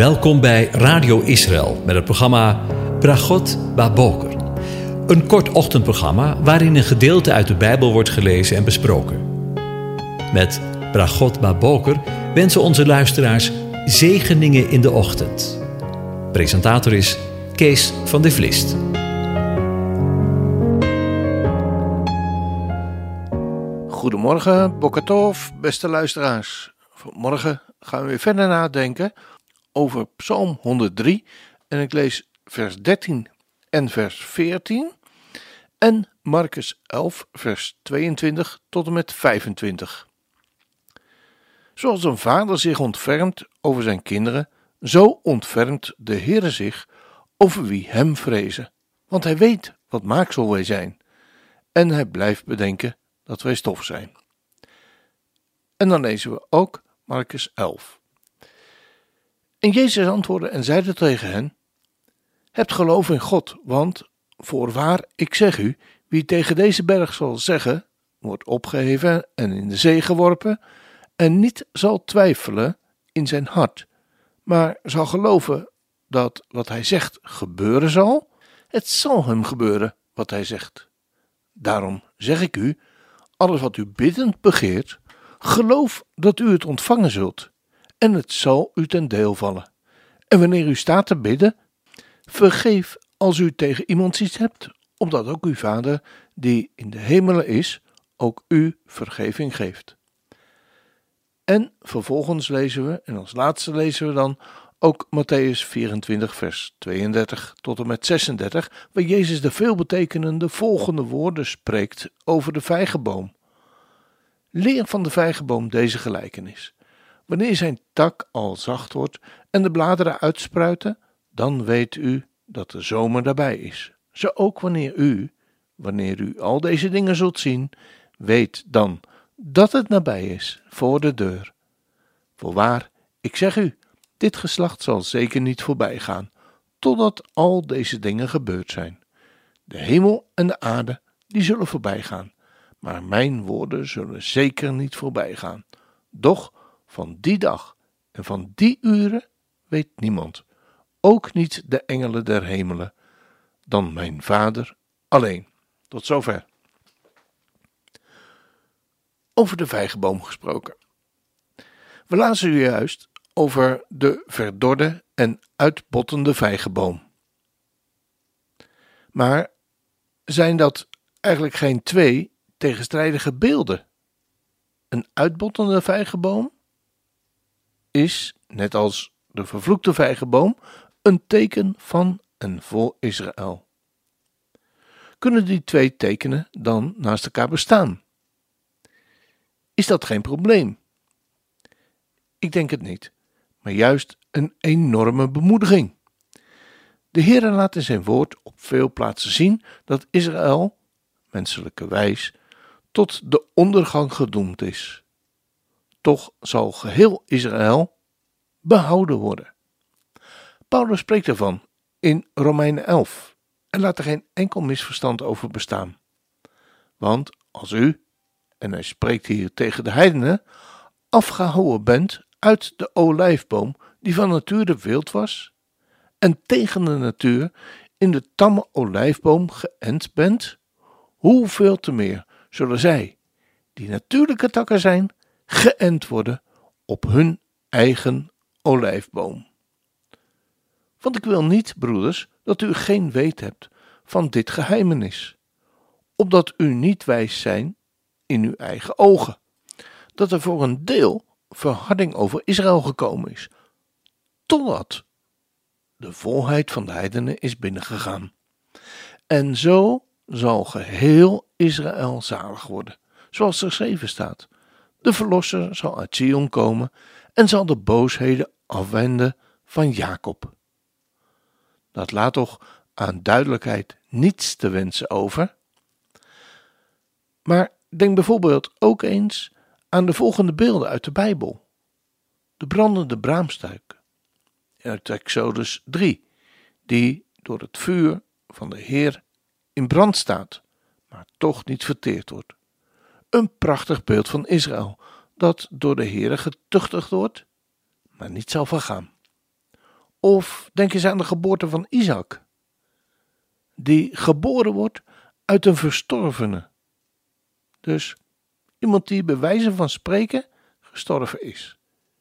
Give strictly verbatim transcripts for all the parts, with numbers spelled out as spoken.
Welkom bij Radio Israël met het programma Bragot Baboker. Een kort ochtendprogramma waarin een gedeelte uit de Bijbel wordt gelezen en besproken. Met Bragot Baboker wensen onze luisteraars zegeningen in de ochtend. Presentator is Kees van de Vlist. Goedemorgen, Boker Tov, beste luisteraars. Vanmorgen gaan we weer verder nadenken over Psalm honderddrie en ik lees vers dertien en vers veertien en Marcus elf vers tweeëntwintig tot en met vijfentwintig. Zoals een vader zich ontfermt over zijn kinderen, zo ontfermt de Heere zich over wie hem vrezen, want hij weet wat maaksel wij zijn en hij blijft bedenken dat wij stof zijn. En dan lezen we ook Marcus elf. En Jezus antwoordde en zeide tegen hen: hebt geloof in God, want voorwaar, ik zeg u, wie tegen deze berg zal zeggen, wordt opgeheven en in de zee geworpen, en niet zal twijfelen in zijn hart, maar zal geloven dat wat hij zegt gebeuren zal, het zal hem gebeuren wat hij zegt. Daarom zeg ik u, alles wat u biddend begeert, geloof dat u het ontvangen zult, en het zal u ten deel vallen. En wanneer u staat te bidden, vergeef als u tegen iemand iets hebt, opdat ook uw Vader, die in de hemelen is, ook u vergeving geeft. En vervolgens lezen we, en als laatste lezen we dan ook Mattheüs vierentwintig vers tweeëndertig tot en met zesendertig, waar Jezus de veelbetekenende volgende woorden spreekt over de vijgenboom. Leer van de vijgenboom deze gelijkenis. Wanneer zijn tak al zacht wordt en de bladeren uitspruiten, dan weet u dat de zomer daarbij is. Zo ook wanneer u, wanneer u al deze dingen zult zien, weet dan dat het nabij is, voor de deur. Voorwaar, ik zeg u, dit geslacht zal zeker niet voorbij gaan, totdat al deze dingen gebeurd zijn. De hemel en de aarde, die zullen voorbij gaan, maar mijn woorden zullen zeker niet voorbij gaan. Doch van die dag en van die uren weet niemand, ook niet de engelen der hemelen, dan mijn Vader alleen. Tot zover. Over de vijgenboom gesproken. We lazen u juist over de verdorde en uitbottende vijgenboom. Maar zijn dat eigenlijk geen twee tegenstrijdige beelden? Een uitbottende vijgenboom is, net als de vervloekte vijgenboom, een teken van en voor Israël. Kunnen die twee tekenen dan naast elkaar bestaan? Is dat geen probleem? Ik denk het niet, maar juist een enorme bemoediging. De Heere laat in zijn woord op veel plaatsen zien dat Israël, menselijke wijs, tot de ondergang gedoemd is. Toch zal geheel Israël behouden worden. Paulus spreekt ervan in Romeinen elf en laat er geen enkel misverstand over bestaan. Want als u, en hij spreekt hier tegen de heidenen, afgehouden bent uit de olijfboom die van nature wild was, en tegen de natuur in de tamme olijfboom geënt bent, hoeveel te meer zullen zij, die natuurlijke takken zijn, geënt worden op hun eigen olijfboom. Want ik wil niet, broeders, dat u geen weet hebt van dit geheimenis, opdat u niet wijs zijn in uw eigen ogen, dat er voor een deel verharding over Israël gekomen is, totdat de volheid van de heidenen is binnengegaan. En zo zal geheel Israël zalig worden, zoals er geschreven staat. De verlosser zal uit Sion komen en zal de boosheden afwenden van Jacob. Dat laat toch aan duidelijkheid niets te wensen over. Maar denk bijvoorbeeld ook eens aan de volgende beelden uit de Bijbel. De brandende braamstruik uit Exodus drie, die door het vuur van de Heer in brand staat, maar toch niet verteerd wordt. Een prachtig beeld van Israël, dat door de Heere getuchtigd wordt, maar niet zal vergaan. Of denk eens aan de geboorte van Isaac, die geboren wordt uit een verstorvene. Dus iemand die bij wijze van spreken gestorven is.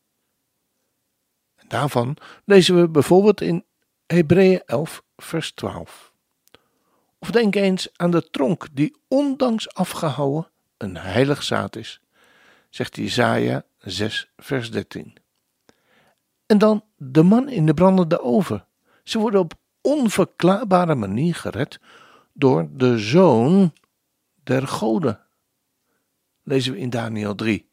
En daarvan lezen we bijvoorbeeld in Hebreeën elf vers twaalf. Of denk eens aan de tronk die ondanks afgehouwen een heilig zaad is, zegt Jesaja zes vers dertien. En dan de man in de brandende oven. Ze worden op onverklaarbare manier gered door de Zoon der goden. Lezen we in Daniel drie.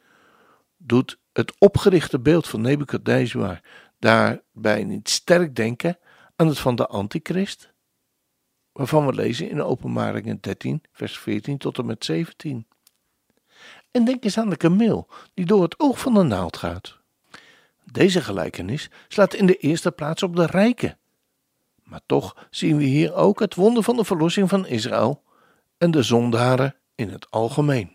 Doet het opgerichte beeld van Nebukadnezar daarbij niet sterk denken aan het van de Antichrist, waarvan we lezen in Openbaringen dertien vers veertien tot en met zeventien. En denk eens aan de kameel die door het oog van de naald gaat. Deze gelijkenis slaat in de eerste plaats op de rijken. Maar toch zien we hier ook het wonder van de verlossing van Israël en de zondaren in het algemeen.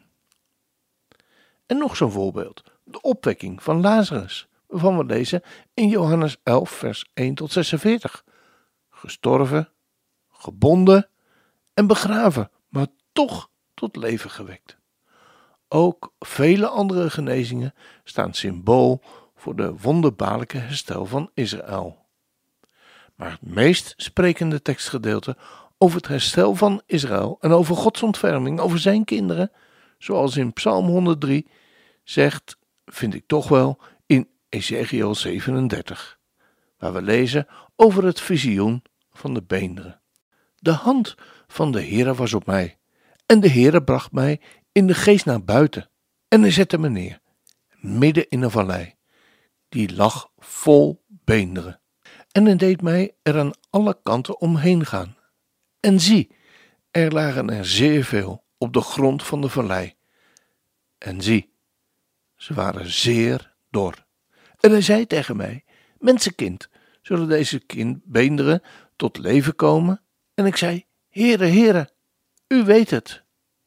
En nog zo'n voorbeeld, de opwekking van Lazarus, waarvan we lezen in Johannes elf vers één tot zesenveertig. Gestorven, gebonden en begraven, maar toch tot leven gewekt. Ook vele andere genezingen staan symbool voor de wonderbaarlijke herstel van Israël. Maar het meest sprekende tekstgedeelte over het herstel van Israël en over Gods ontferming over zijn kinderen, zoals in Psalm honderddrie zegt, vind ik toch wel in Ezekiel zevenendertig, waar we lezen over het visioen van de beenderen. De hand van de Heere was op mij, en de Heere bracht mij in de geest naar buiten, en hij zette me neer, midden in een vallei, die lag vol beenderen. En hij deed mij er aan alle kanten omheen gaan. En zie, er lagen er zeer veel op de grond van de vallei. En zie, ze waren zeer dor. En hij zei tegen mij, mensenkind, zullen deze kind beenderen tot leven komen? En ik zei, Heere, Heere, u weet het.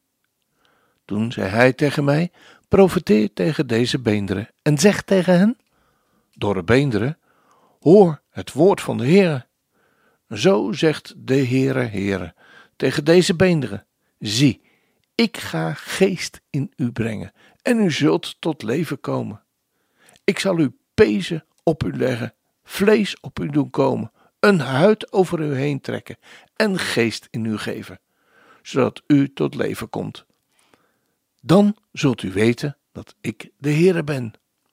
Toen zei hij tegen mij, profeteer tegen deze beenderen en zeg tegen hen, dorre beenderen, hoor het woord van de Heere. Zo zegt de Heere, Heere, tegen deze beenderen, zie, ik ga geest in u brengen en u zult tot leven komen. Ik zal uw pezen op u leggen, vlees op u doen komen, een huid over u heen trekken en geest in u geven, zodat u tot leven komt. Dan zult u weten dat ik de Heere ben.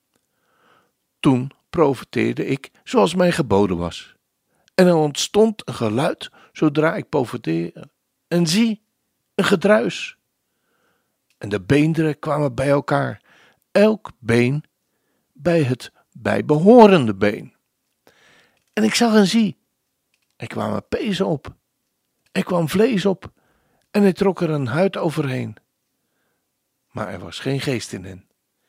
Toen profeteerde ik zoals mij geboden was. En er ontstond een geluid zodra ik profeteerde. En zie, een gedruis. En de beenderen kwamen bij elkaar, elk been bij het bijbehorende been. En ik zag en zie, er kwamen pezen op, er kwam vlees op, en hij trok er een huid overheen. Maar er was geen geest in hen.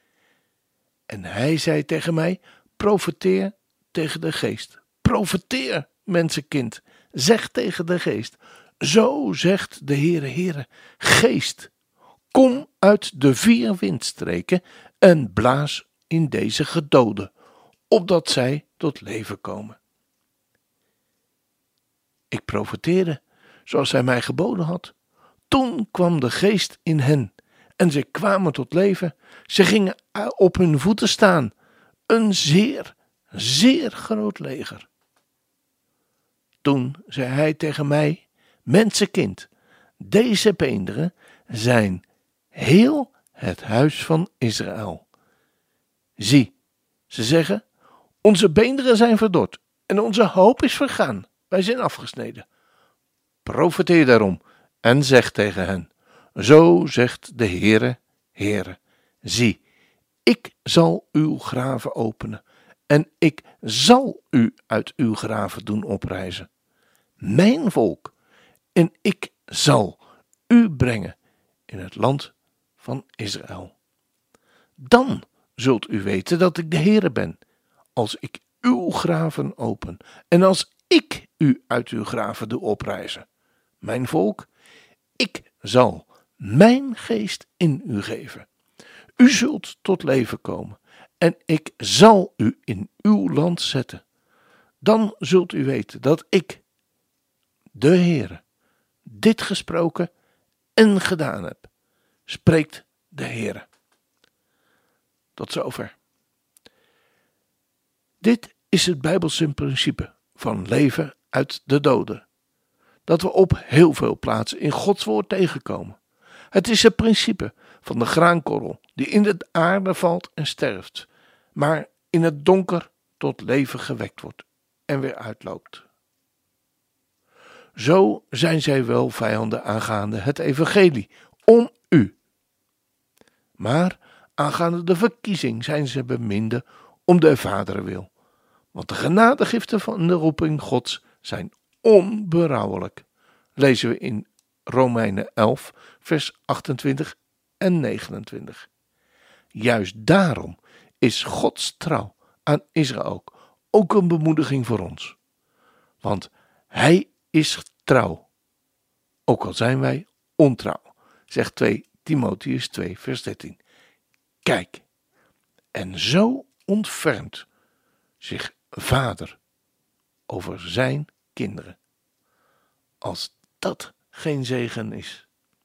En hij zei tegen mij, profeteer tegen de geest. Profeteer, mensenkind, zeg tegen de geest. Zo zegt de Heere, Heere, geest, kom uit de vier windstreken en blaas in deze gedoden, opdat zij tot leven komen. Ik profeteerde, zoals hij mij geboden had. Toen kwam de geest in hen, en zij kwamen tot leven. Ze gingen op hun voeten staan, een zeer, zeer groot leger. Toen zei hij tegen mij, mensenkind, deze beenderen zijn heel het huis van Israël. Zie, ze zeggen, onze beenderen zijn verdord en onze hoop is vergaan. Wij zijn afgesneden. Profeteer daarom en zeg tegen hen, zo zegt de Heere, Heere, zie, ik zal uw graven openen en ik zal u uit uw graven doen oprijzen. Mijn volk, en ik zal u brengen in het land van Israël. Dan zult u weten dat ik de Heere ben, als ik uw graven open en als ik u uit uw graven doe oprijzen. Mijn volk, ik zal mijn geest in u geven. U zult tot leven komen en ik zal u in uw land zetten. Dan zult u weten dat ik, de Heere, dit gesproken en gedaan heb, spreekt de Heere. Tot zover. Dit is het Bijbelse principe van leven uit de doden, dat we op heel veel plaatsen in Gods woord tegenkomen. Het is het principe van de graankorrel die in de aarde valt en sterft, maar in het donker tot leven gewekt wordt en weer uitloopt. Zo zijn zij wel vijanden aangaande het evangelie om u. Maar aangaande de verkiezing zijn ze beminde om de Vaderen wil. Want de genadegiften van de roeping Gods zijn onberouwelijk. Lezen we in Romeinen elf, vers achtentwintig en negenentwintig. Juist daarom is Gods trouw aan Israël ook, ook een bemoediging voor ons. Want hij is trouw, ook al zijn wij ontrouw, zegt twee Timotheüs twee, vers dertien. Kijk, en zo ontfermt zich vader over zijn kinderen. Als dat geen zegen is.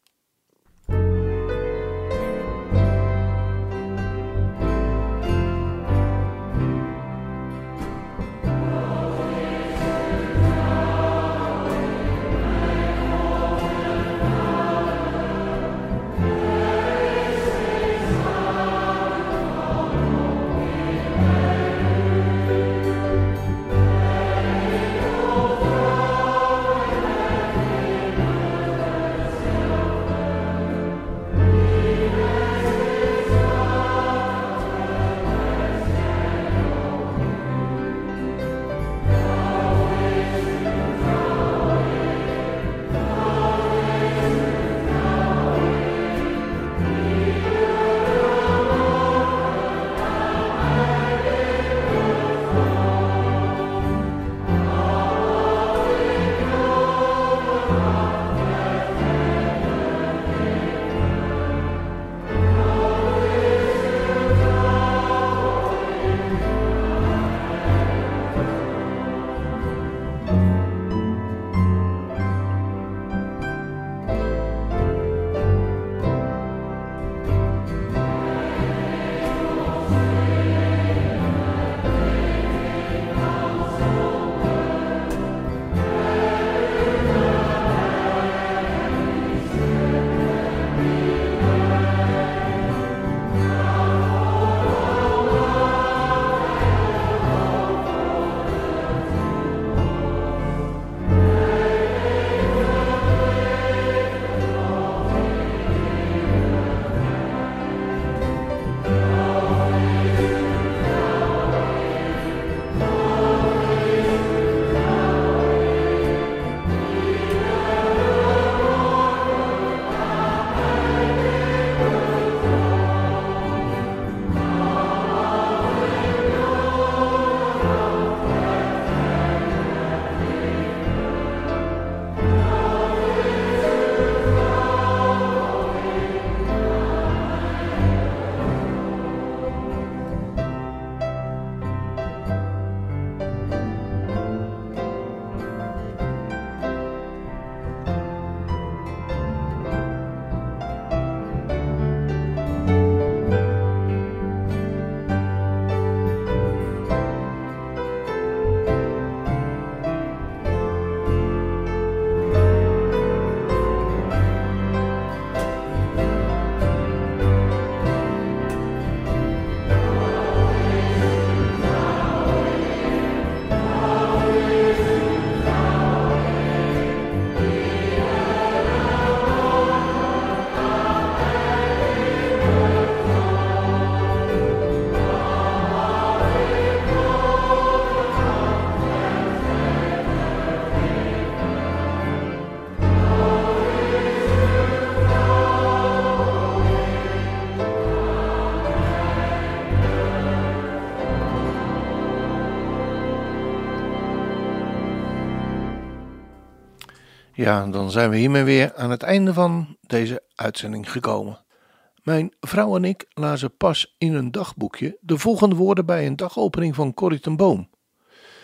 Ja, dan zijn we hiermee weer aan het einde van deze uitzending gekomen. Mijn vrouw en ik lazen pas in een dagboekje de volgende woorden bij een dagopening van Corrie ten Boom.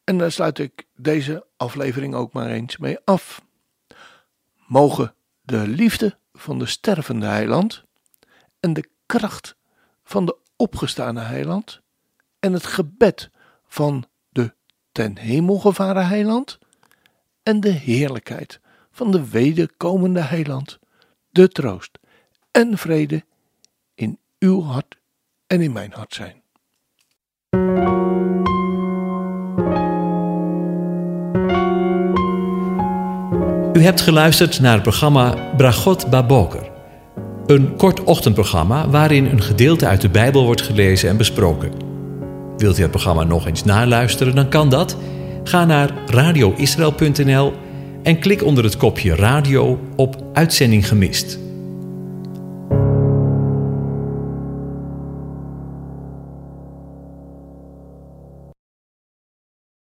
En daar sluit ik deze aflevering ook maar eens mee af. Mogen de liefde van de stervende heiland en de kracht van de opgestane heiland en het gebed van de ten hemel gevaren heiland en de heerlijkheid van de wederkomende heiland, de troost en vrede in uw hart en in mijn hart zijn. U hebt geluisterd naar het programma Bragot Baboker. Een kort ochtendprogramma waarin een gedeelte uit de Bijbel wordt gelezen en besproken. Wilt u het programma nog eens naluisteren, dan kan dat. Ga naar radio israël punt n l en klik onder het kopje radio op Uitzending gemist.